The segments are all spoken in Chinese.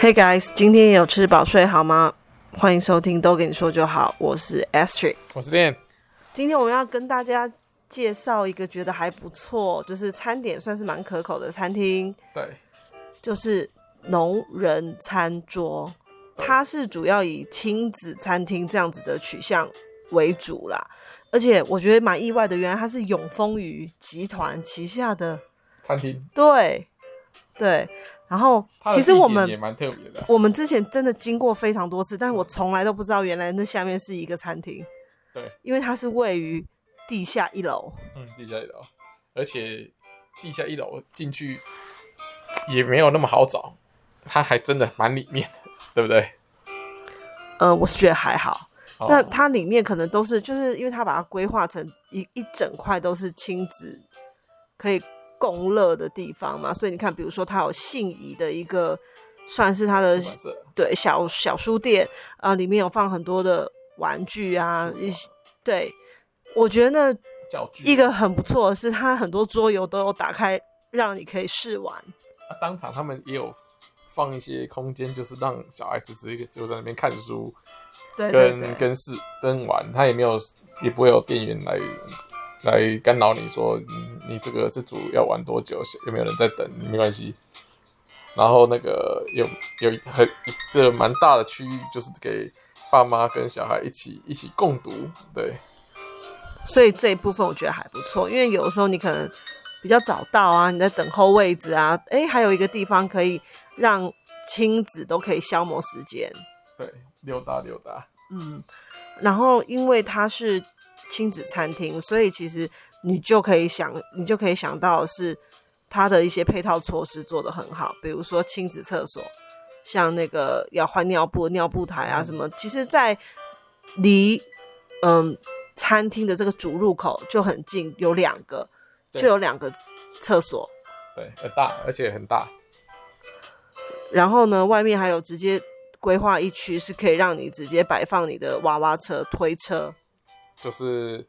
Hey guys， 今天也有吃饱睡好吗？欢迎收听都跟你说就好，我是 Astrid， 我是店。 今天我们要跟大家介绍一个觉得还不错，就是餐点算是蛮可口的餐厅， 对， 就是农人餐桌。它是主要以亲子餐厅这样子的取向为主啦，而且我觉得蛮意外的，原来它是永丰鱼集团旗下的餐厅。 对。然后其实我们也蛮特别的， 我们之前真的经过非常多次，但是我从来都不知道原来那下面是一个餐厅。 对， 因为它是位于地下一楼。 地下一楼，而且地下一楼进去也没有那么好找，它还真的蛮里面的，对不对？ 我是觉得还好。那它里面可能都是，就是因为它把它规划成一整块都是亲子可以共乐的地方嘛，所以你看，比如说它有信宜的一个算是它的对小书店啊，里面有放很多的玩具啊，对，我觉得一个很不错的是，它很多桌游都有打开，让你可以试玩。 当场他们也有放一些空间，就是让小孩子直接就在那边看书， 对， 跟玩，他也不会有店员来干扰你说你这个这组要玩多久，有没有人在等，没关系。然后那个有一个蛮大的区域，就是给爸妈跟小孩一起共读，对。 所以这一部分我觉得还不错，因为有的时候你可能比较早到啊，你在等候位置啊，还有一个地方可以让亲子都可以消磨时间， 对，溜达。 然后因为它是亲子餐厅，所以其实你就可以想到的是它的一些配套措施做得很好，比如说亲子厕所，像那个要换尿布台啊什么，其实在离餐厅的这个主入口就很近，有两个厕所， 对，很大，而且很大。 然后呢，外面还有直接规划一区是可以让你直接摆放你的娃娃车、推车， 就是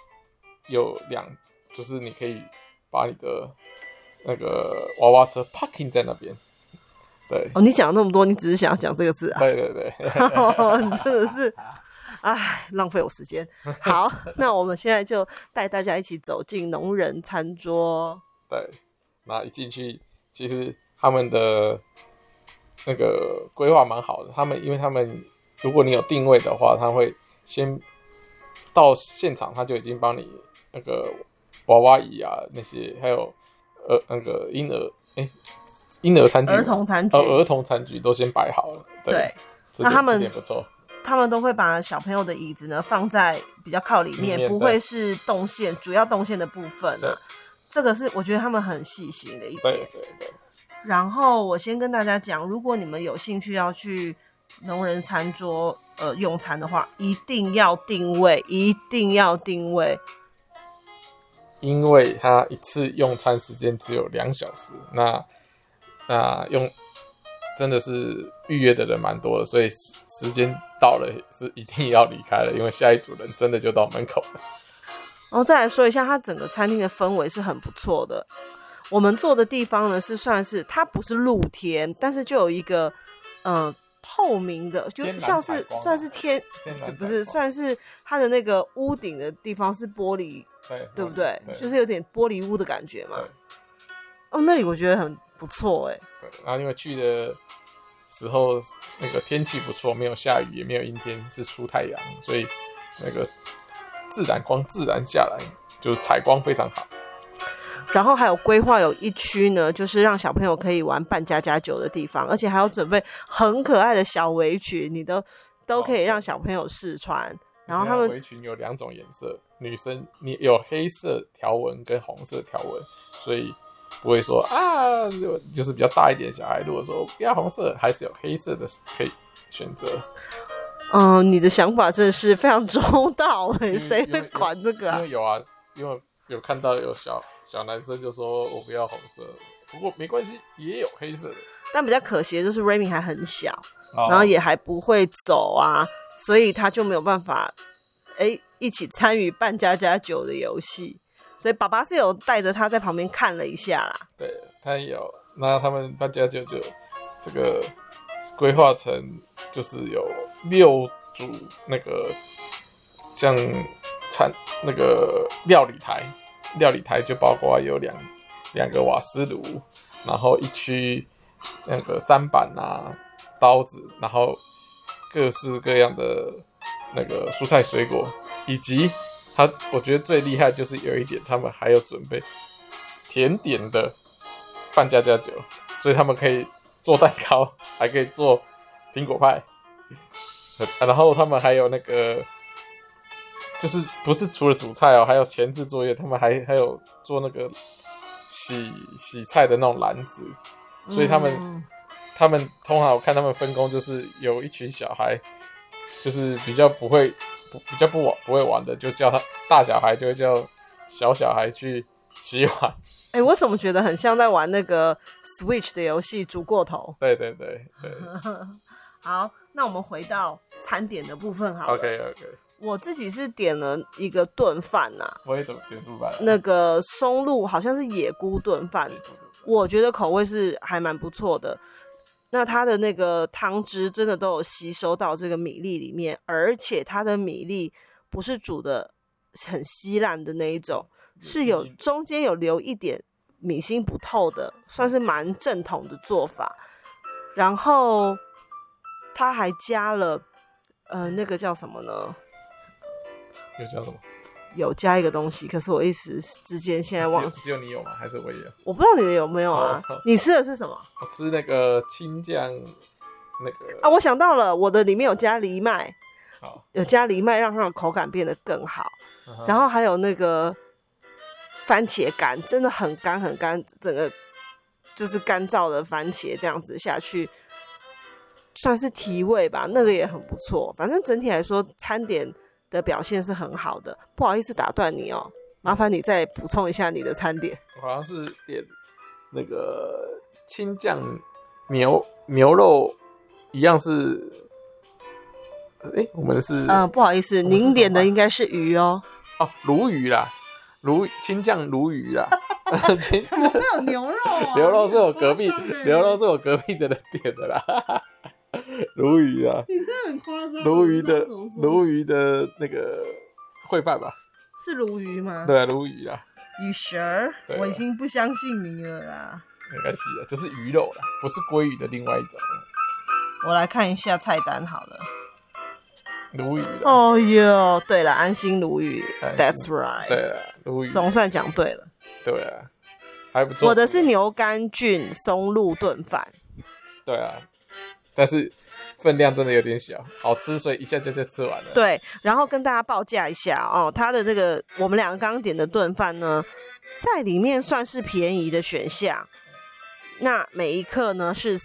就是你可以把你的那个娃娃车 parking 在那边。对， 你讲那么多，你只是想要讲这个字啊？ 对， 你真的是，浪费我时间。好，那我们现在就带大家一起走进农人餐桌。 对，那一进去，其实他们的那个规划蛮好的。因为他们如果你有定位的话，他会先到现场，他就已经帮你那个娃娃椅啊那些，还有那个婴儿餐具、 儿童餐具都先摆好了。对， 那这点不错。 他们都会把小朋友的椅子呢放在比较靠里面，不会是主要动线的部分啊。这个是我觉得他们很细心的一点。 对。 然后我先跟大家讲，如果你们有兴趣要去农人餐桌用餐的话，一定要定位， 因为他一次用餐时间只有2小时，那真的是预约的人蛮多的，所以时间到了是一定要离开了，因为下一组人真的就到门口了。 然后再来说一下，它整个餐厅的氛围是很不错的。我们坐的地方呢算是它不是露天，但是就有一个透明的，就像是算是不是算是它的那个屋顶的地方是玻璃，对不对？就是有点玻璃屋的感觉嘛。那里我觉得很不错对，然后因为去的时候那个天气不错，没有下雨也没有阴天，是出太阳，所以那个自然下来，就是采光非常好。 然后还有规划有一区呢，就是让小朋友可以玩扮家家酒的地方，而且还有准备很可爱的小围裙，你都可以让小朋友试穿。然后他们围裙有2种颜色，女生你有黑色条纹跟红色条纹，所以不会说就是比较大一点的小孩，如果说不要红色，还是有黑色的可以选择。 你的想法真的是非常周到谁会管这个啊？ 因为有看到有小男生就说我不要红色，不过没关系，也有黑色的。 但比较可惜的就是 Remy 还很小，然后也还不会走啊，所以他就没有办法一起参与扮家家酒的游戏。所以爸爸是有带着他在旁边看了一下啦。 对，他有。那他们扮家酒这个规划成就是有6组那个像那个料理台就包括有两个瓦斯炉，然后一区那个砧板啊、刀子，然后各式各样的那个蔬菜水果，以及我觉得最厉害就是有一点，他们还有准备甜点的半加加酒，所以他们可以做蛋糕，还可以做苹果派，然后他们还有那个，就是不是除了煮菜还有前置作业，他们还有做那个洗菜的那种篮子，所以他们通常我看他们分工就是有一群小孩，就是比较不会玩的，就叫他大小孩就会叫小小孩去洗碗。 我怎么觉得很像在玩那个 Switch 的游戏煮过头？ 对。 好，那我们回到餐点的部分好了。 OK。 我自己是点了一个炖饭啊， 我也怎么点炖饭？ 那个松露好像是野菇炖饭，我觉得口味是还蛮不错的。那它的那个汤汁真的都有吸收到这个米粒里面，而且它的米粒不是煮的很稀烂的那一种，是有中间有留一点米心不透的，算是蛮正统的做法。然后它还加了那个叫什么呢？ 有加什么？ 有加一个东西，可是我一时之间现在忘记。 只有你有吗？还是我也有？ 我不知道你的有没有啊？你吃的是什么？ 我吃那个青酱那个啊，我想到了，我的里面有加藜麦，有加藜麦让它的口感变得更好。然后还有那个番茄干，真的很干很干，整个就是干燥的番茄这样子下去，算是提味吧，那个也很不错。反正整体来说，餐点的表现是很好的。不好意思打断你哦，麻烦你再补充一下你的餐点。 我好像是点那个青酱牛肉，一样是，我们是不好意思，您点的应该是鱼哦。 鲈鱼啦，青酱鲈鱼啦。 怎么会有牛肉啊？ 牛肉是我隔壁的人点的啦。鲈鱼啊， 你真的很夸张。 鲈鱼的那个烩饭吧？ 是鲈鱼吗？ 对啊，鲈鱼啦。 You sure？我已经不相信你了啦。 没关系啊，就是鱼肉啦，不是鲑鱼的另外一种。 我来看一下菜单好了。 鲈鱼啦。 哦哟，对了，安心鲈鱼 ，That's right。 对啊，鲈鱼总算讲对了。 对啊，还不错。 我的是牛肝菌松露炖饭。 对啊，但是分量真的有点小，好吃，所以一下就吃完了。 对，然后跟大家报价一下哦，它的这个我们两个刚刚点的炖饭呢，在里面算是便宜的选项。那每一克呢是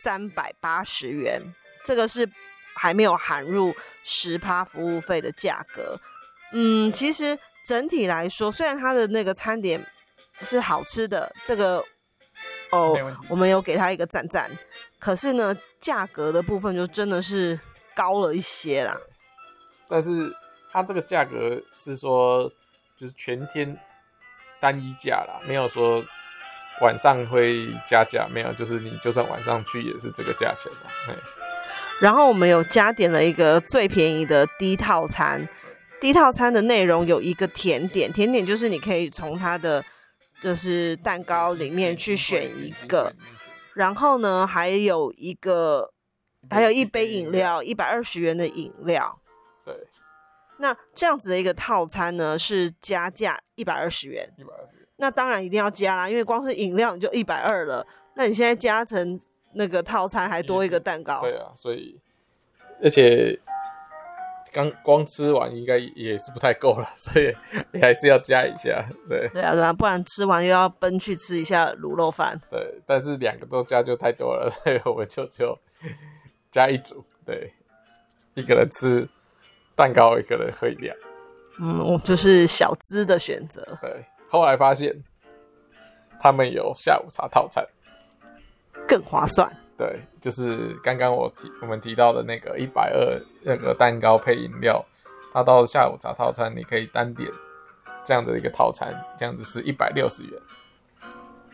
380元，这个是还没有含入10%服务费的价格。其实整体来说，虽然它的那个餐点是好吃的，这个我们有给它一个赞赞，可是呢，价格的部分就真的是高了一些啦。 但是它这个价格是说就是全天单一价啦，没有说晚上会加价，没有，就是你就算晚上去也是这个价钱啦。 然后我们有加点了一个最便宜的低套餐，低套餐的内容有一个甜点，甜点就是你可以从它的就是蛋糕里面去选一个，然后呢还有一杯饮料，120元的饮料。 对， 那这样子的一个套餐呢是加价120元。那当然一定要加啦，因为光是饮料你就120了，那你现在加成那个套餐还多一个蛋糕。 对啊，所以而且光吃完应该也是不太够了，所以你还是要加一下。对啊，不然吃完又要奔去吃一下卤肉饭。 对，但是两个都加就太多了，所以我们就加一组。对，一个人吃蛋糕，一个人喝饮料。 我就是小资的选择。 对，后来发现他们有下午茶套餐， 更划算。 对，就是刚刚我们提到的那个120那个蛋糕配饮料，它到下午茶套餐你可以单点这样的一个套餐，这样子是160元。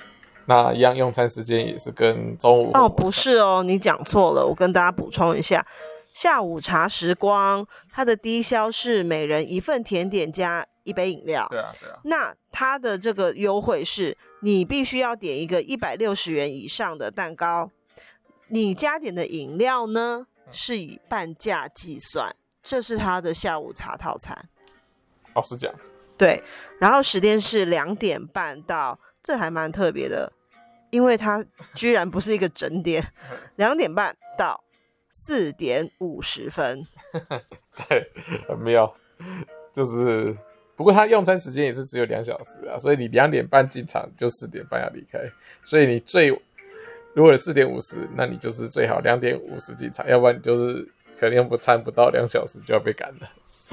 那一样用餐时间也是跟中午哦，不是哦，你讲错了，我跟大家补充一下，下午茶时光它的低消是每人1份甜点加1杯饮料。 对啊。 那它的这个优惠是你必须要点一个160元以上的蛋糕，你加点的饮料呢是以半价计算，这是它的下午茶套餐。 哦，是这样子。 对，然后时间是2点半到，这还蛮特别的，因为它居然不是一个整点，2点半到4点50分。 对，很妙。就是不过它用餐时间也是只有2小时啊，所以你2点半进场就4点半要离开，所以你如果4点50，那你就是最好2点50进场，要不然你就是可能不到2小时就要被赶了。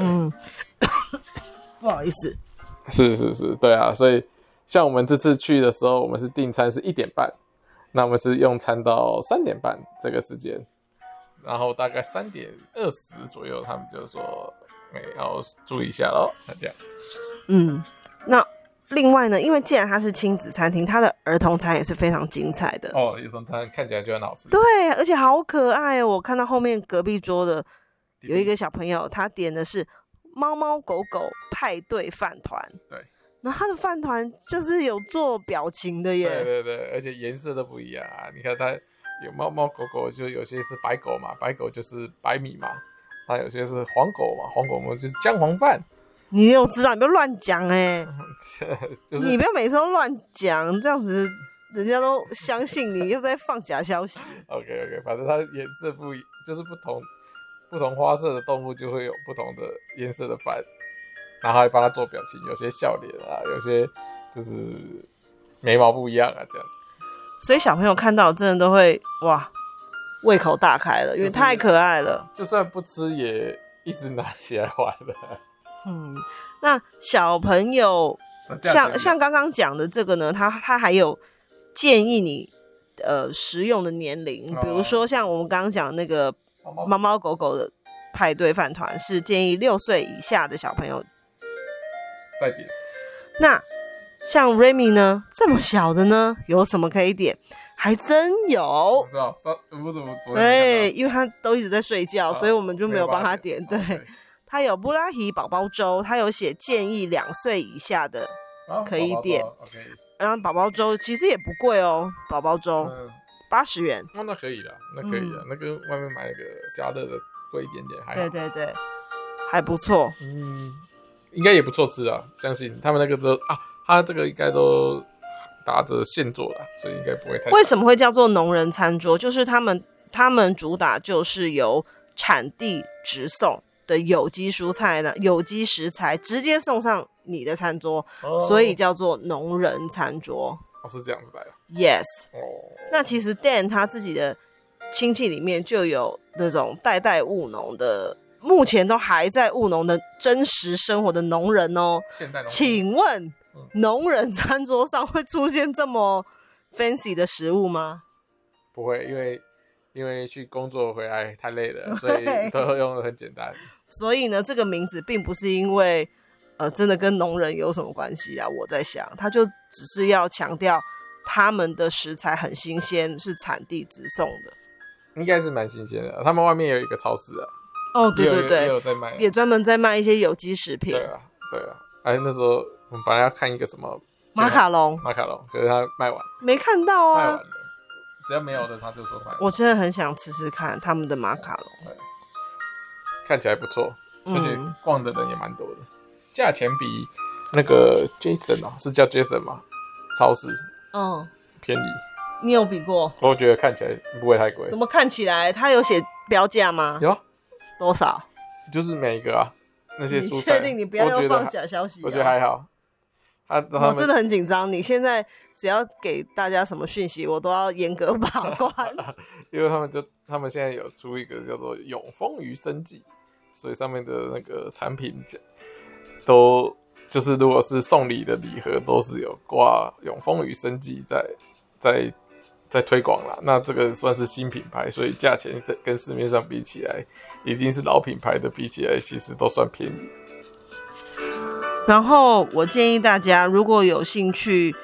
不好意思。 是，对啊，所以像我们这次去的时候，我们是订餐是1点半，那我们是用餐到3点半这个时间，然后大概3点20左右，他们就说要注意一下咯，这样。 那另外呢，因为既然它是亲子餐厅，它的儿童餐也是非常精彩的哦，儿童餐看起来就很好吃。 对，而且好可爱哦！我看到后面隔壁桌的有一个小朋友，他点的是猫猫狗狗派对饭团。 对， 然后他的饭团就是有做表情的耶。 对，而且颜色都不一样啊！你看它有猫猫狗狗，就有些是白狗嘛，白狗就是白米嘛，那有些是黄狗嘛，黄狗嘛就是姜黄饭。 你有知道，你不要乱讲哎！ 就是你不要每次都乱讲，这样子人家都相信你又在放假消息。 OK， 反正它颜色就是不同花色的动物就会有不同的颜色的饭，然后还帮它做表情，有些笑脸啊，有些就是眉毛不一样啊，这样子。 所以小朋友看到真的都会哇，胃口大开了，因为太可爱了。 就算不吃也一直拿起来玩的。 那小朋友像刚刚讲的这个呢，他还有建议你食用的年龄，比如说像我们刚刚讲那个猫猫狗狗的派对饭团是建议6岁以下的小朋友再点。 那像 Remy 呢，这么小的呢，有什么可以点？还真有。 我知道，我怎么昨天因为他都一直在睡觉，所以我们就没有帮他点。对，他有布拉提宝宝粥，他有写建议2岁以下的可以点。然后宝宝粥其实也不贵哦，宝宝粥80元。 那可以了，那可以了，那跟外面买那个加热的贵一点点，还好。 对，还不错。 应该也不错吃啊，相信他们那个都他这个应该都打着现做了，所以应该不会太。 为什么会叫做农人餐桌？就是他们主打就是由产地直送的有机蔬菜呢，有机食材直接送上你的餐桌，所以叫做农人餐桌。 是这样子来的。 Yes。那其实 Dan 他自己的亲戚里面就有那种代代务农的，目前都还在务农的真实生活的农人哦。 现代农人。 请问农人餐桌上会出现这么 fancy 的食物吗？ 不会，因为去工作回来太累了，所以都用的很简单。所以呢，这个名字并不是因为真的跟农人有什么关系啊？我在想，他就只是要强调他们的食材很新鲜，是产地直送的， 应该是蛮新鲜的。他们外面有一个超市啊。 对， 也有在卖， 也专门在卖一些有机食品。 对啊。那时候我们本来要看一个什么马卡龙， 可是他卖完， 没看到啊。 卖完了，只要没有的他就说卖完。 我真的很想吃吃看他们的马卡龙， 看起来不错，而且逛的人也蛮多的，价钱比那个 Jason 是叫 Jason 吗？超市便宜。 你有比过？ 我觉得看起来不会太贵。 什么看起来？他有写标价吗？ 有。 多少？ 就是每一个那些蔬菜。 你确定你不要又放假消息？ 我觉得还好。 我真的很紧张。你现在只要给大家什么讯息，我都要严格把关。 因为他们现在有出一个叫做永丰鱼生技，所以上面的那个产品都就是如果是送礼的礼盒，都是有挂永丰鱼生技在推广啦。那这个算是新品牌，所以价钱跟市面上比起来，已经是老品牌的比起来，其实都算便宜。 然后我建议大家，如果有兴趣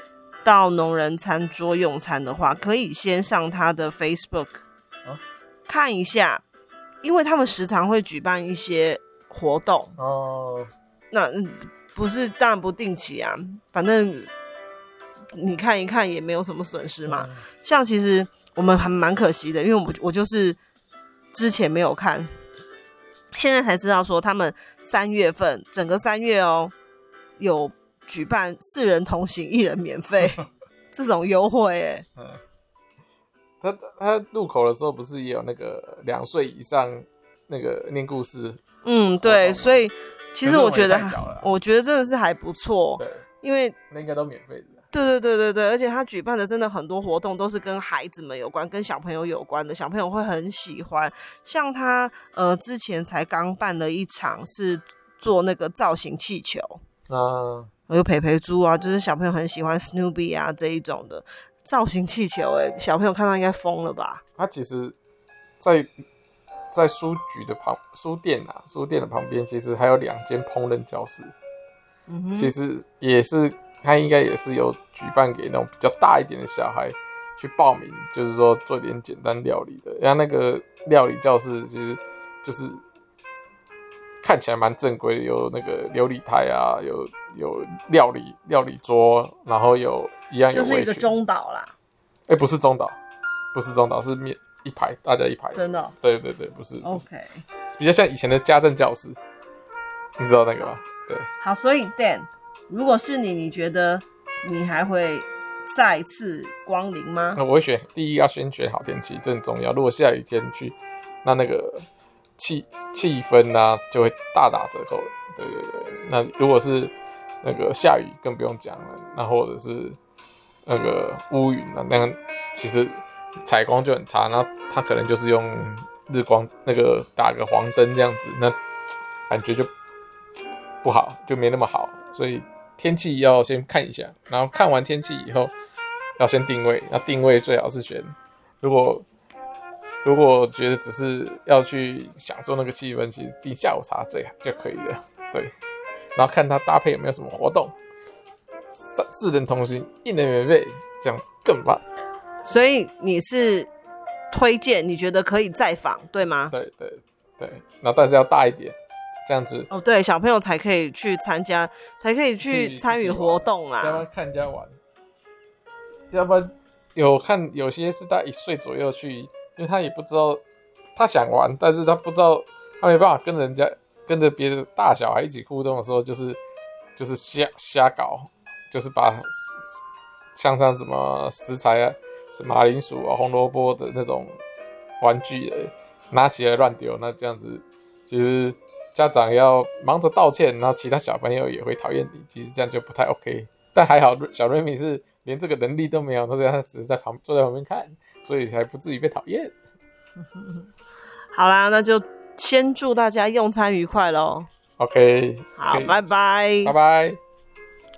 到农人餐桌用餐的话，可以先上他的 Facebook、看一下，因为他们时常会举办一些活动哦。 那不是当然不定期啊，反正你看一看也没有什么损失嘛。像其实我们还蛮可惜的，因为我就是之前没有看，现在才知道说他们3月份整个3月有举办4人同行1人免费这种优惠耶。 他入口的时候不是也有那个2岁以上那个念故事？ 对，所以其实我觉得真的是还不错， 对， 因为那应该都免费的。 对，而且他举办的真的很多活动都是跟孩子们有关，跟小朋友有关的，小朋友会很喜欢。像他之前才刚办了一场是做那个造型气球有培培猪啊，就是小朋友很喜欢 Snoopy 啊这一种的造型气球，小朋友看到应该疯了吧？ 他其实在书店的旁边，其实还有2间烹饪教室。其实也是，他应该也是有举办给那种比较大一点的小孩去报名，就是说做点简单料理的。然后那个料理教室其实就是看起来蛮正规的，有那个流理台啊，有料理桌，然后一样有就是一个中岛啦。 不是中岛，是一排，大家一排。 真的对，不是。 OK， 比较像以前的家政教室，你知道那个吗？对。 好，所以 Dan， 如果是你觉得你还会再次光临吗？ 我会第一要先选好天气，这很重要。如果下雨天去，那个气氛啊就会大打折扣。对。那如果是那个下雨更不用讲了，那或者是那个乌云啊，那样其实采光就很差。那它可能就是用日光那个打个黄灯这样子，那感觉就不好，就没那么好。所以天气要先看一下，然后看完天气以后要先定位。那定位最好是选，如果觉得只是要去享受那个气氛，其实订下午茶就可以了。对，然后看它搭配有没有什么活动，4人同行1人免费，这样子更棒。 所以你是推荐，你觉得可以再访，对吗？ 对，然后但是要大一点，这样子对，小朋友才可以去参加，才可以去参与活动啊。 要不然看人家玩，要不然有些是大概1岁左右去，因为他也不知道，他想玩，但是他不知道，他没办法跟着别的大小孩一起互动的时候，就是瞎搞，就是把像什么食材啊，是马铃薯啊、红萝卜的那种玩具拿起来乱丢，那这样子其实家长要忙着道歉，然后其他小朋友也会讨厌你，其实这样就不太 OK。但还好小瑞米是连这个能力都没有，所以他只是坐在旁边看，所以才不至于被讨厌。 好啦，那就先祝大家用餐愉快咯。 OK， 好，拜拜。 拜拜。